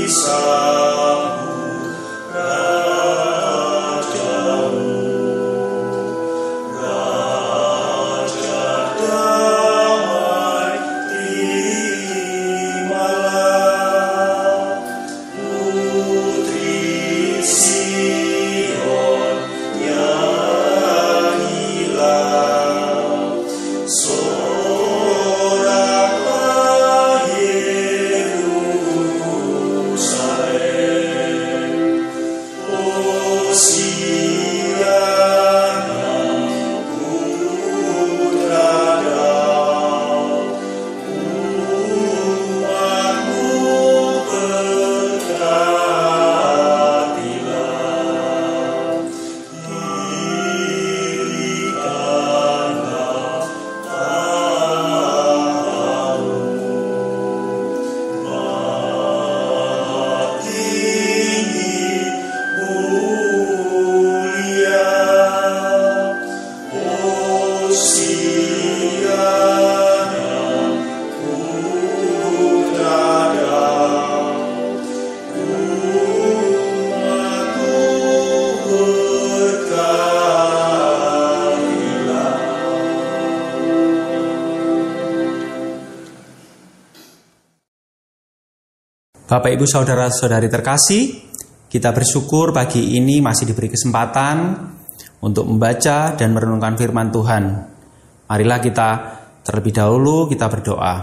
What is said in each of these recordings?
Bapak, Ibu, Saudara-saudari terkasih, kita bersyukur pagi ini masih diberi kesempatan untuk membaca dan merenungkan firman Tuhan. Marilah kita terlebih dahulu kita berdoa.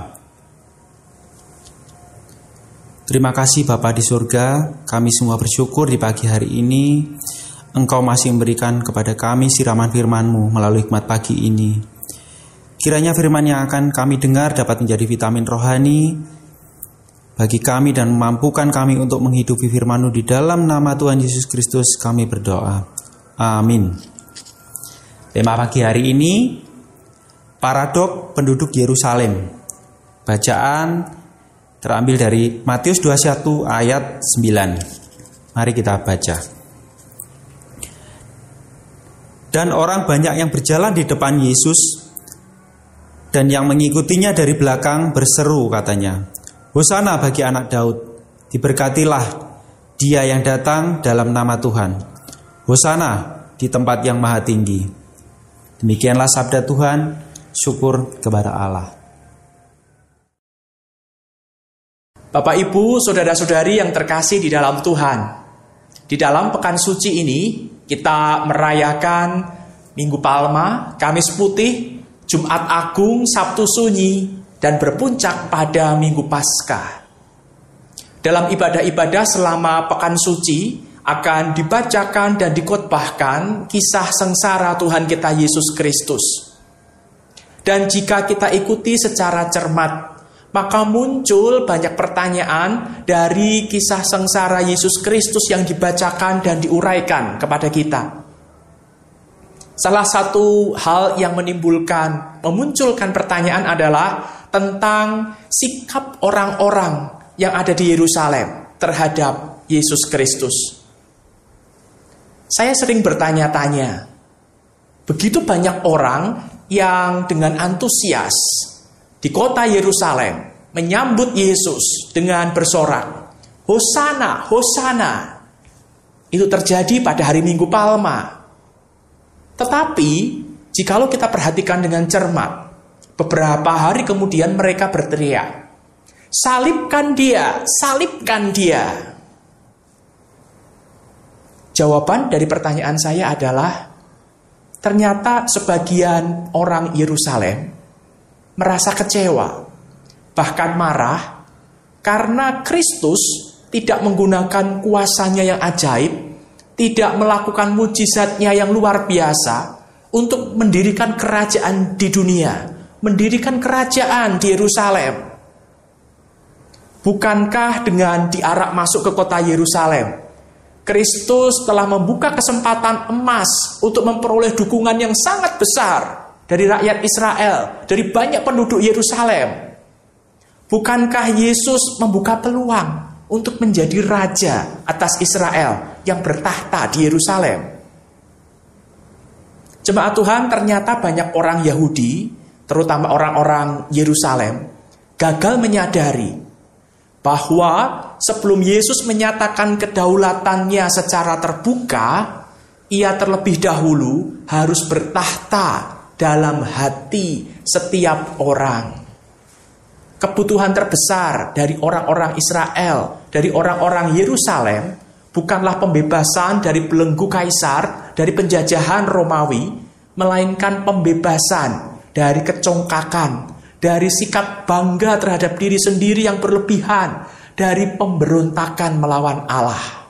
Terima kasih Bapa di surga, kami semua bersyukur di pagi hari ini Engkau masih memberikan kepada kami siraman firman-Mu melalui hikmat pagi ini. Kiranya firman yang akan kami dengar dapat menjadi vitamin rohani bagi kami dan memampukan kami untuk menghidupi firman-Mu. Di dalam nama Tuhan Yesus Kristus kami berdoa. Amin. Tema pagi hari ini, paradok penduduk Yerusalem. Bacaan terambil dari Matius 21 ayat 9. Mari kita baca. Dan orang banyak yang berjalan di depan Yesus dan yang mengikutinya dari belakang berseru katanya, Hosana bagi anak Daud, diberkatilah dia yang datang dalam nama Tuhan. Hosana di tempat yang maha tinggi. Demikianlah sabda Tuhan, syukur kepada Allah. Bapak, Ibu, Saudara-saudari yang terkasih di dalam Tuhan. Di dalam pekan suci ini, kita merayakan Minggu Palma, Kamis Putih, Jumat Agung, Sabtu Sunyi, dan berpuncak pada Minggu Paskah. Dalam ibadah-ibadah selama pekan suci akan dibacakan dan dikhotbahkan kisah sengsara Tuhan kita Yesus Kristus. Dan jika kita ikuti secara cermat, maka muncul banyak pertanyaan dari kisah sengsara Yesus Kristus yang dibacakan dan diuraikan kepada kita. Salah satu hal yang memunculkan pertanyaan adalah tentang sikap orang-orang yang ada di Yerusalem terhadap Yesus Kristus. Saya sering bertanya-tanya, begitu banyak orang yang dengan antusias di kota Yerusalem menyambut Yesus dengan bersorak, Hosana, Hosana. Itu terjadi pada hari Minggu Palma. Tetapi, jikalau kita perhatikan dengan cermat, beberapa hari kemudian mereka berteriak, salibkan dia, salibkan dia. Jawaban dari pertanyaan saya adalah, ternyata sebagian orang Yerusalem merasa kecewa, bahkan marah, karena Kristus tidak menggunakan kuasanya yang ajaib, tidak melakukan mujizatnya yang luar biasa untuk mendirikan kerajaan di dunia, mendirikan kerajaan di Yerusalem. Bukankah dengan diarak masuk ke kota Yerusalem, Kristus telah membuka kesempatan emas untuk memperoleh dukungan yang sangat besar dari rakyat Israel, dari banyak penduduk Yerusalem? Bukankah Yesus membuka peluang untuk menjadi raja atas Israel yang bertahta di Yerusalem? Jemaat Tuhan, ternyata banyak orang Yahudi, terutama orang-orang Yerusalem, gagal menyadari bahwa sebelum Yesus menyatakan kedaulatannya secara terbuka, ia terlebih dahulu harus bertahta dalam hati setiap orang. Kebutuhan terbesar dari orang-orang Israel, dari orang-orang Yerusalem, bukanlah pembebasan dari belenggu kaisar, dari penjajahan Romawi, melainkan pembebasan dari kecongkakan, dari sikap bangga terhadap diri sendiri yang berlebihan, dari pemberontakan melawan Allah.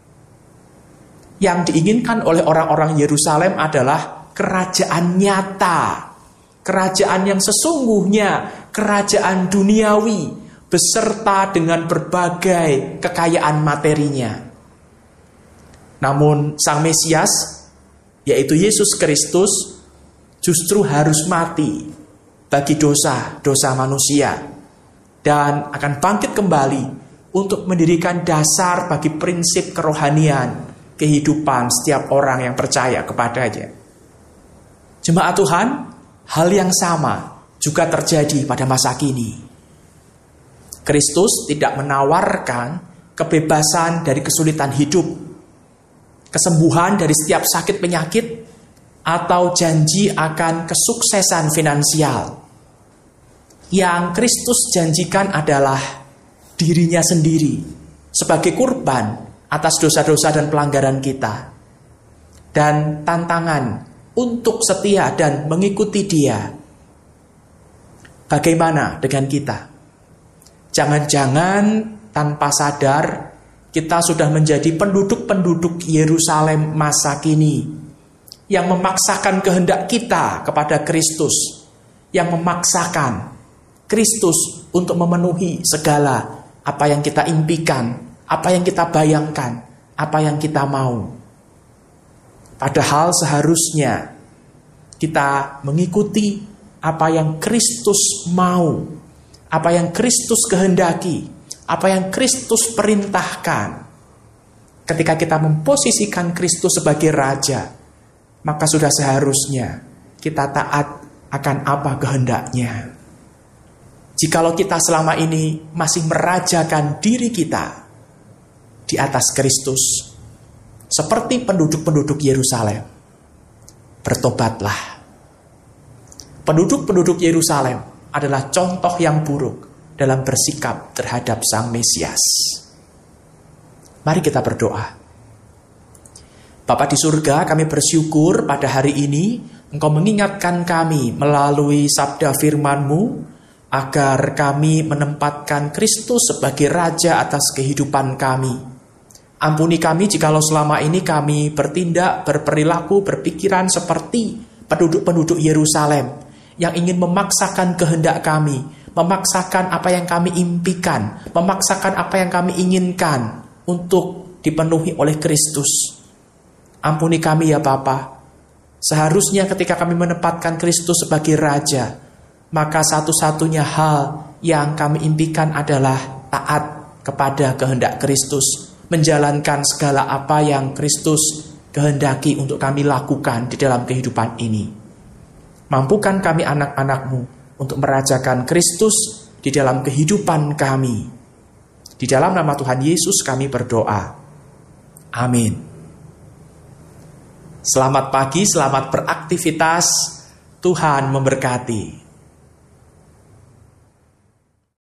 Yang diinginkan oleh orang-orang Yerusalem adalah kerajaan nyata, kerajaan yang sesungguhnya, kerajaan duniawi, beserta dengan berbagai kekayaan materinya. Namun Sang Mesias, yaitu Yesus Kristus, justru harus mati bagi dosa-dosa manusia, dan akan bangkit kembali untuk mendirikan dasar bagi prinsip kerohanian kehidupan setiap orang yang percaya kepadanya. Jemaat Tuhan, hal yang sama juga terjadi pada masa kini. Kristus tidak menawarkan kebebasan dari kesulitan hidup, kesembuhan dari setiap sakit penyakit, atau janji akan kesuksesan finansial. Yang Kristus janjikan adalah dirinya sendiri sebagai kurban atas dosa-dosa dan pelanggaran kita, dan tantangan untuk setia dan mengikuti Dia. Bagaimana dengan kita? Jangan-jangan tanpa sadar kita sudah menjadi penduduk-penduduk Yerusalem masa kini yang memaksakan kehendak kita kepada Kristus, yang memaksakan Kristus untuk memenuhi segala apa yang kita impikan, apa yang kita bayangkan, apa yang kita mau. Padahal seharusnya kita mengikuti apa yang Kristus mau, apa yang Kristus kehendaki, apa yang Kristus perintahkan. Ketika kita memposisikan Kristus sebagai Raja, maka sudah seharusnya kita taat akan apa kehendaknya. Jikalau kita selama ini masih merajakan diri kita di atas Kristus, seperti penduduk-penduduk Yerusalem, bertobatlah. Penduduk-penduduk Yerusalem adalah contoh yang buruk dalam bersikap terhadap Sang Mesias. Mari kita berdoa. Bapa di surga, kami bersyukur pada hari ini Engkau mengingatkan kami melalui sabda firman-Mu agar kami menempatkan Kristus sebagai Raja atas kehidupan kami. Ampuni kami jikalau selama ini kami bertindak, berperilaku, berpikiran seperti penduduk-penduduk Yerusalem yang ingin memaksakan kehendak kami, memaksakan apa yang kami impikan, memaksakan apa yang kami inginkan untuk dipenuhi oleh Kristus. Ampuni kami ya Bapa. Seharusnya ketika kami menempatkan Kristus sebagai Raja, maka satu-satunya hal yang kami impikan adalah taat kepada kehendak Kristus, menjalankan segala apa yang Kristus kehendaki untuk kami lakukan di dalam kehidupan ini. Mampukan kami anak-anak-Mu untuk merajakan Kristus di dalam kehidupan kami. Di dalam nama Tuhan Yesus kami berdoa. Amin. Selamat pagi, selamat beraktivitas. Tuhan memberkati.